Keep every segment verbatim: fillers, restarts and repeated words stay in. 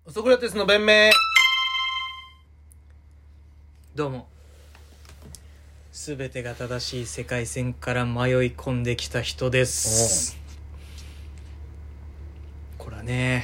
ソクラテスの弁明。 どうも。すべてが正しい世界線から迷い込んできた人です。これはね、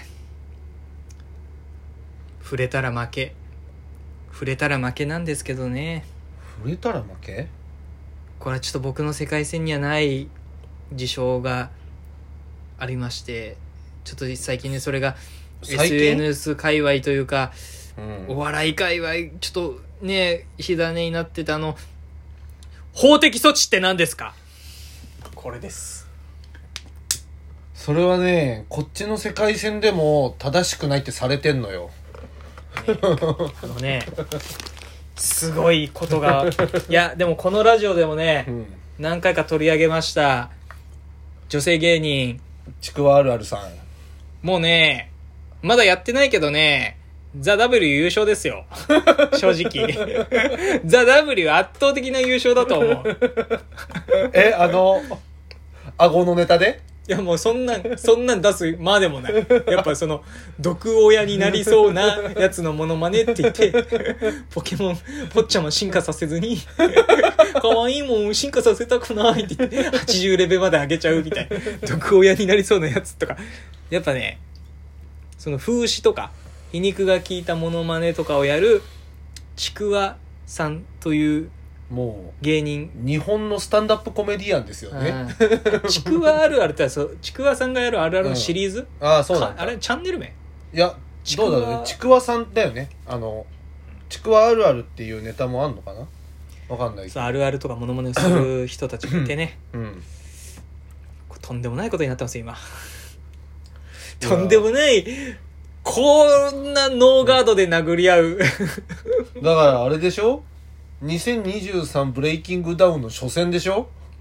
触れたら負け触れたら負けなんですけどね。 触れたら負け？ これはちょっと僕の世界線にはない事象がありまして、ちょっと最近ね、それが エスエヌエス 界隈というか、うん、お笑い界隈ちょっとね火種になってたあの法的措置って何ですか？これです。 それはね、こっちの世界線でも正しくないってされてんのよ、 ね、あのねすごいことがいやでもこのラジオでもね、うん、何回か取り上げました女性芸人ちくわあるあるさん。 もうねまだやってないけどね、ザ・ W 優勝ですよ正直ザ・ W 圧倒的な優勝だと思うえ、あの顎のネタで？ いやもうそんなんそんなん出すまでもない。やっぱその毒親になりそうなやつのモノマネって言ってポケモンポッチャマ進化させずに可愛いもん進化させたくないって言ってはちじゅうレベルまで上げちゃうみたいな毒親になりそうなやつとか、やっぱねその風刺とか皮肉が効いたモノマネとかをやるちくわさんというもう芸人、 日本のスタンダップコメディアンですよね。 ちくわあるあるってそうちくわさんがやるあるあるのシリーズ、 うん、ああそうなんだ。 あれチャンネル名？ いやどうだろうね、ちくわさんだよね。あのちくわあるあるっていうネタもあんのかな、わかんないけど、 そうあるあるとかモノマネをする人たちがいてね、うん、とんでもないことになってます今とんでもないこんなノーガードで殴り合うだからあれでしょ、にせんにじゅうさんブレイキングダウンの初戦でしょ、うん、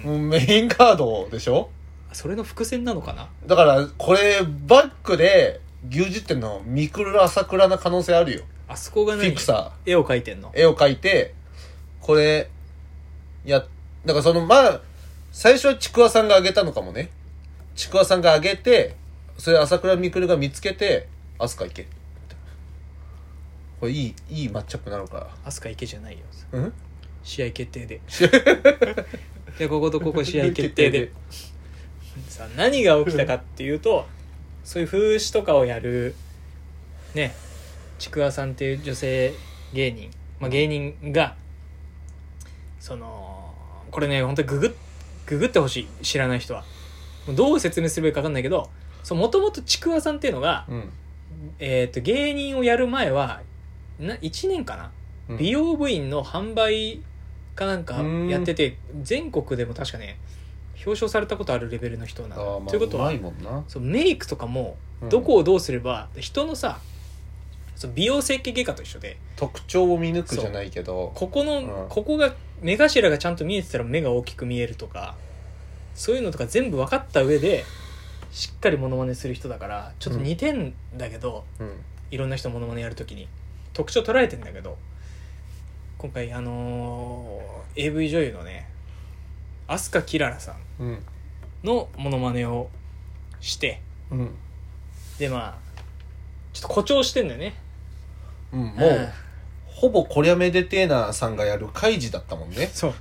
もうメインカードでしょ。 それの伏線なのかな。 だからこれバックで牛耳ってんのミクル朝倉な可能性あるよ。 あそこがねフィクサー絵を描いてんの。 絵を描いてこれやだからそのまあ最初はちくわさんが上げたのかもね。ちくわさんが上げてそれ朝倉みくるが見つけてアスカ行け、これいいいいマッチアップなのか。 アスカ行けじゃないよ、 うん、 試合決定ででこことここ試合決定でさあ何が起きたかっていうとそういう風刺とかをやるねちくわさんっていう女性芸人、まあ、芸人がそのこれね本当にググっググってほしい、知らない人は。どう説明すればいいか分かんないけど、もともとちくわさんっていうのが、うん、えー、と芸人をやる前はいちねんかな、うん、美容部員の販売かなんかやってて全国でも確かね表彰されたことあるレベルの人なの、まあ、ということはそうメイクとかもどこをどうすれば、うん、人のさそう美容整形外科と一緒で特徴を見抜くじゃないけどここの、うん、ここが目頭がちゃんと見えてたら目が大きく見えるとかそういうのとか全部分かった上でしっかりモノマネする人だからちょっと似てんだけど、うん、いろんな人モノマネやるときに特徴捉えてんだけど、今回あのー、エーブイ 女優のね飛鳥キララさんのモノマネをして、うん、でまあちょっと誇張してんだよね、 うん、もう、うん、ほぼこりゃめでてーなさんがやるカイジだったもんね。 そう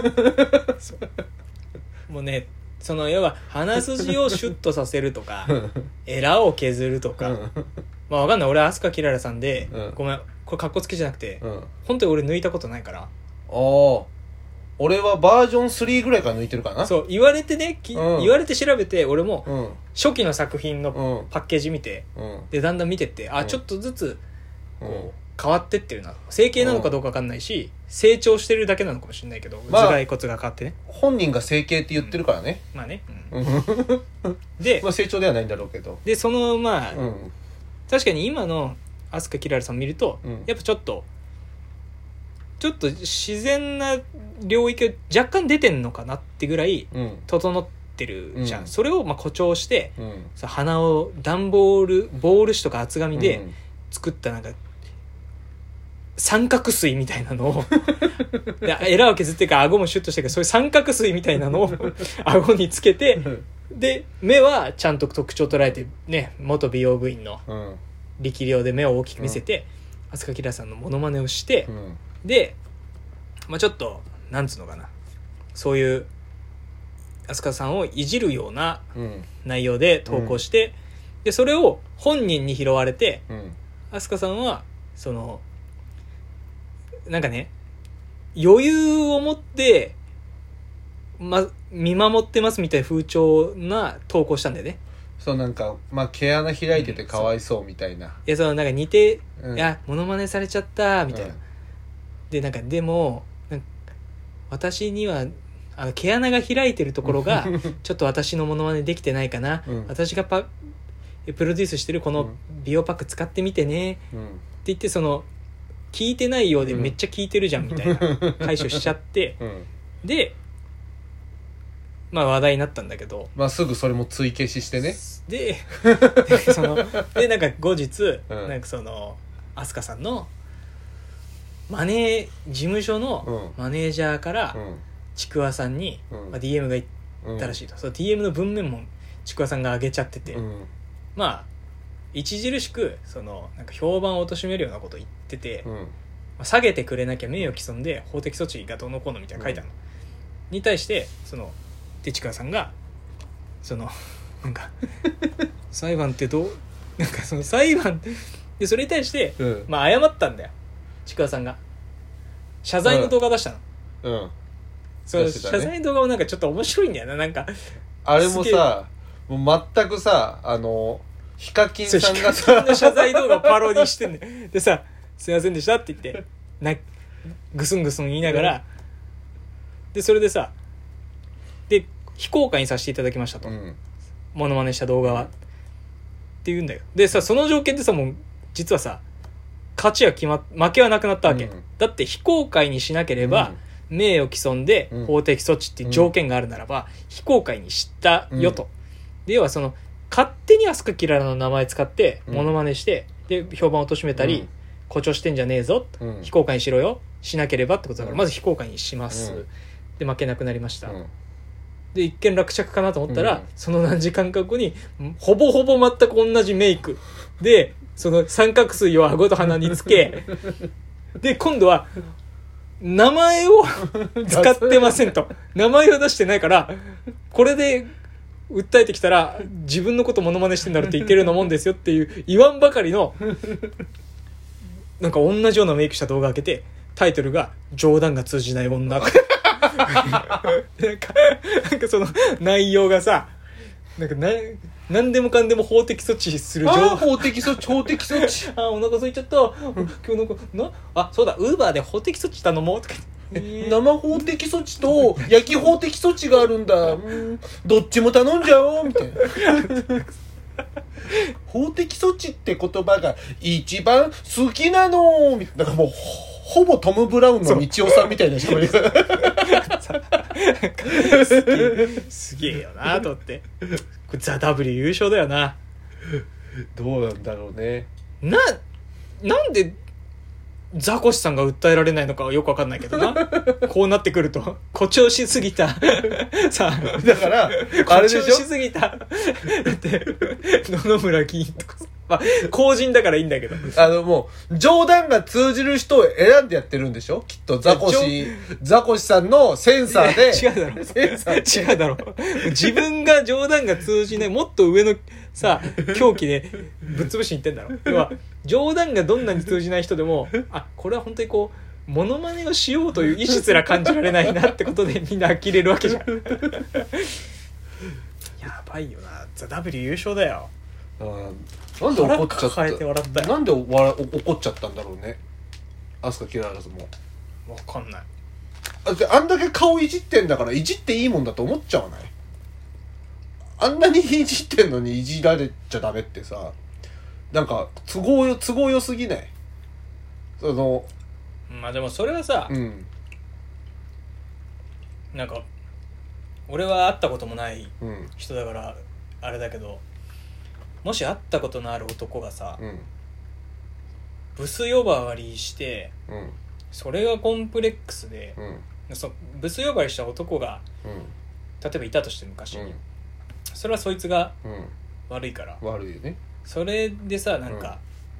そうもうねその要は鼻筋をシュッとさせるとかエラを削るとかまあわかんない、俺は飛鳥キララさんで、うん、ごめんこれカッコつけじゃなくて、うん、本当に俺抜いたことないから。ああ俺はバージョンスリーぐらいから抜いてるかな。 そう言われてね、うん、言われて調べて俺も、うん、初期の作品のパッケージ見て、うん、でだんだん見てって、うん、あちょっとずつこう、うん変わってってるな。整形なのかどうか分かんないし、うん、成長してるだけなのかもしれないけど、まあ、頭蓋骨が変わってね。 本人が整形って言ってるからね。 うん、まあね。 うん、で、まあ成長ではないんだろうけど。 でそのまあ、うん、確かに今の飛鳥キララさん見ると、うん、やっぱちょっとちょっと自然な領域が若干出てんのかなってぐらい整ってるじゃん。うん、それをまあ誇張して、うん、さ鼻を段ボールボール紙とか厚紙で作ったなんか。三角錐みたいなのをエラを削ってから顎もシュッとしてるからそういう三角錐みたいなのを顎につけてで目はちゃんと特徴捉えてね元美容部員の、うん、 力量で目を大きく見せて、うん、飛鳥明さんのモノマネをして、 うん、 で、まあ、ちょっとなんつうのかな、そういう飛鳥さんをいじるような内容で投稿して、うん、でそれを本人に拾われて、うん、飛鳥さんはそのなんかね余裕を持って、ま、見守ってますみたいな風潮な投稿したんだよね。 そうなんかまあ毛穴開いててかわいそうみたいな、うん、いやそのなんか似て、うん、いやモノマネされちゃったみたいな、うん、でなんかでもなんか私にはあの毛穴が開いてるところがちょっと私のモノマネできてないかな、うん、私がパプロデュースしてるこの美容パック使ってみてね、うん、って言ってその聞いてないようでめっちゃ聞いてるじゃんみたいな解消しちゃって、うん、でまあ話題になったんだけど、 まあすぐそれも追消ししてね。 ででそのでなんか後日、うん、なんかその飛鳥さんのマネー事務所のマネージャーから、うん、ちくわさんに、うんまあ、ディーエム が行ったらしいと、うん、その ディーエム の文面もちくわさんが上げちゃってて、うん、まあ著しくそのなんか評判を貶めるようなことを言ってて、うんまあ、下げてくれなきゃ名誉毀損で法的措置がどうのこうのみたいな書いてあるの、うん、に対してそのでちくわさんがそのなんか裁判ってどうなんかその裁判でそれに対して、うん、まあ謝ったんだよちくわさんが謝罪の動画出したの、うん、そう、ね、謝罪の動画もなんかちょっと面白いんだよな。なんかあれもさもう全くさあのヒカキンさんがさの謝罪動画をパロディしてんだよ。でさすいませんでしたって言ってなグスングスン言いながら、うん、でそれでさで非公開にさせていただきましたと、うん、モノマネした動画は、うん、って言うんだよ。でさその条件でさもう実はさ勝ちは決まっ負けはなくなったわけ、うん、だって非公開にしなければ、うん、名誉毀損で法的措置っていう条件があるならば、うん、非公開にしたよと、うん、で要はその勝手に飛鳥キララの名前使ってモノマネして、うん、で評判を貶めたり、うん、誇張してんじゃねえぞ、うん、非公開にしろよしなければってことだから、うん、まず非公開にします、うん、で負けなくなりました、うん、で一見落着かなと思ったら、うん、その何時間か後にほぼほぼ全く同じメイクでその三角錐を顎と鼻につけで今度は名前を使ってませんと名前を出してないからこれで訴えてきたら自分のことモノマネしてんだろって言ってるようなもんですよっていう言わんばかりのなんか同じようなメイクした動画を開けてタイトルが冗談が通じない女なんかなんかその内容がさなんかな何でもかんでも法的措置する情報。 あ法的措置法的措置あお腹空いちゃった今日なんかなあそうだウーバーで法的措置頼もうとか生法的措置と焼き法的措置があるんだうんどっちも頼んじゃおうみたいな法的措置って言葉が一番好きなのみたいな。なんかもうほぼトム・ブラウンの道夫さんみたいな人がいるすげえよなと思ってこれザ・ W 優勝だよな。 どうなんだろうね。 ななんでザコシさんが訴えられないのかはよくわかんないけどなこうなってくると誇張しすぎたさあだからあれでしょ誇張しすぎただって野々村議員とかまあ公人だからいいんだけどあのもう冗談が通じる人を選んでやってるんでしょきっと。ザコシザコシさんのセンサーで違うだろセンサー違うだろ自分が冗談が通じないもっと上のさ狂気でぶっ潰しにいってんだろ。要は冗談がどんなに通じない人でもあこれは本当にこうモノマネをしようという意志すら感じられないなってことでみんな呆れるわけじゃんやばいよな。ザ・ W 優勝だよ。 あなんで怒っちゃったえて笑ったよ。 なんで怒っちゃったんだろうね飛鳥キララズも。 わかんない。 あ, あんだけ顔いじってんだからいじっていいもんだと思っちゃわない？あんなにいじってんのにいじられちゃダメってさなんか都合よ都合良すぎない？そのまあでもそれはさ、うん、なんか俺は会ったこともない人だからあれだけど、もし会ったことのある男がさ、うん、ブス呼ばわりして、うん、それがコンプレックスで、うん、そブス呼ばわりした男が、うん、例えばいたとして昔に、うん、それはそいつが悪いから、 悪いよね。 それでさなんか、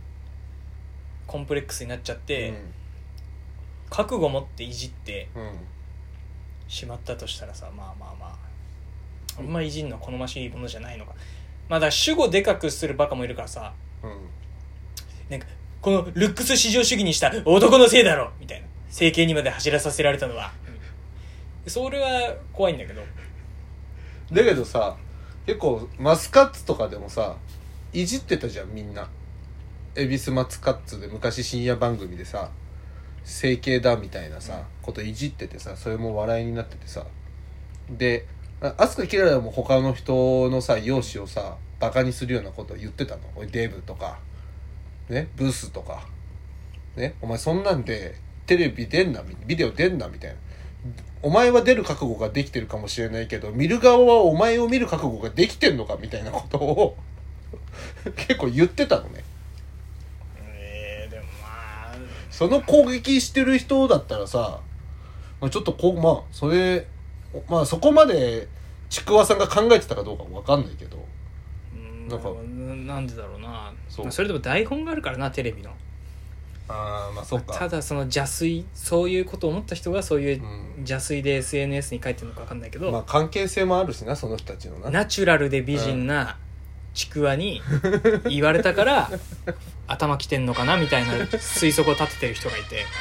コンプレックスになっちゃって、 うん、 覚悟持っていじってうん、 しまったとしたらさ、まあまあまああんまいじんのは好ましいものじゃないのか。まあだから主語でかくするバカもいるからさ、 うん、 なんかこのルックス至上主義にした男のせいだろみたいな、整形にまで走らさせられたのは、それは怖いんだけど。 だけどさ、結構マスカッツとかでもさいじってたじゃんみんな。恵比寿マツカッツで昔深夜番組でさ整形だみたいなさ、うん、こといじっててさ、それも笑いになっててさ、で飛鳥キララも他の人のさ容姿をさバカにするようなことを言ってたの。おいデブとかね、ブスとかね、お前そんなんでテレビ出んな、ビデオ出んなみたいな。お前は出る覚悟ができてるかもしれないけど、見る側はお前を見る覚悟ができてんのかみたいなことを結構言ってたのね。 えー、でもまあその攻撃してる人だったらさ、まあ、ちょっとこうまあそれまあそこまでちくわさんが考えてたかどうかわかんないけど、 なんかなんでだろうな。 そう、 まあ、それでも台本があるからな、テレビの。 ああまあそっか。 ただその邪推、そういうことを思った人がそういう邪推で エスエヌエス に書いてるのか分かんないけど、 うん、まあ関係性もあるしな、その人たちのな。 ナチュラルで美人なちくわに言われたから頭きてんのかなみたいな推測を立ててる人がいて、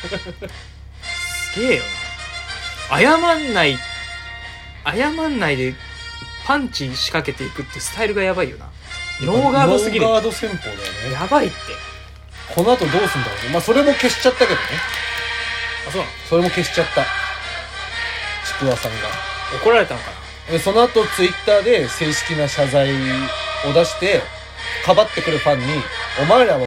すげえよな。謝んない謝んないでパンチ仕掛けていくってスタイルがやばいよな。ノーガードすぎる。 ノーガード戦法だよね。 やばいって。 この後どうすんだろうね。まあそれも消しちゃったけどね。 あ、そうなの？ それも消しちゃった。ちくわさんが怒られたのかな。 でその後ツイッターで正式な謝罪を出して、かばってくるファンに、お前らは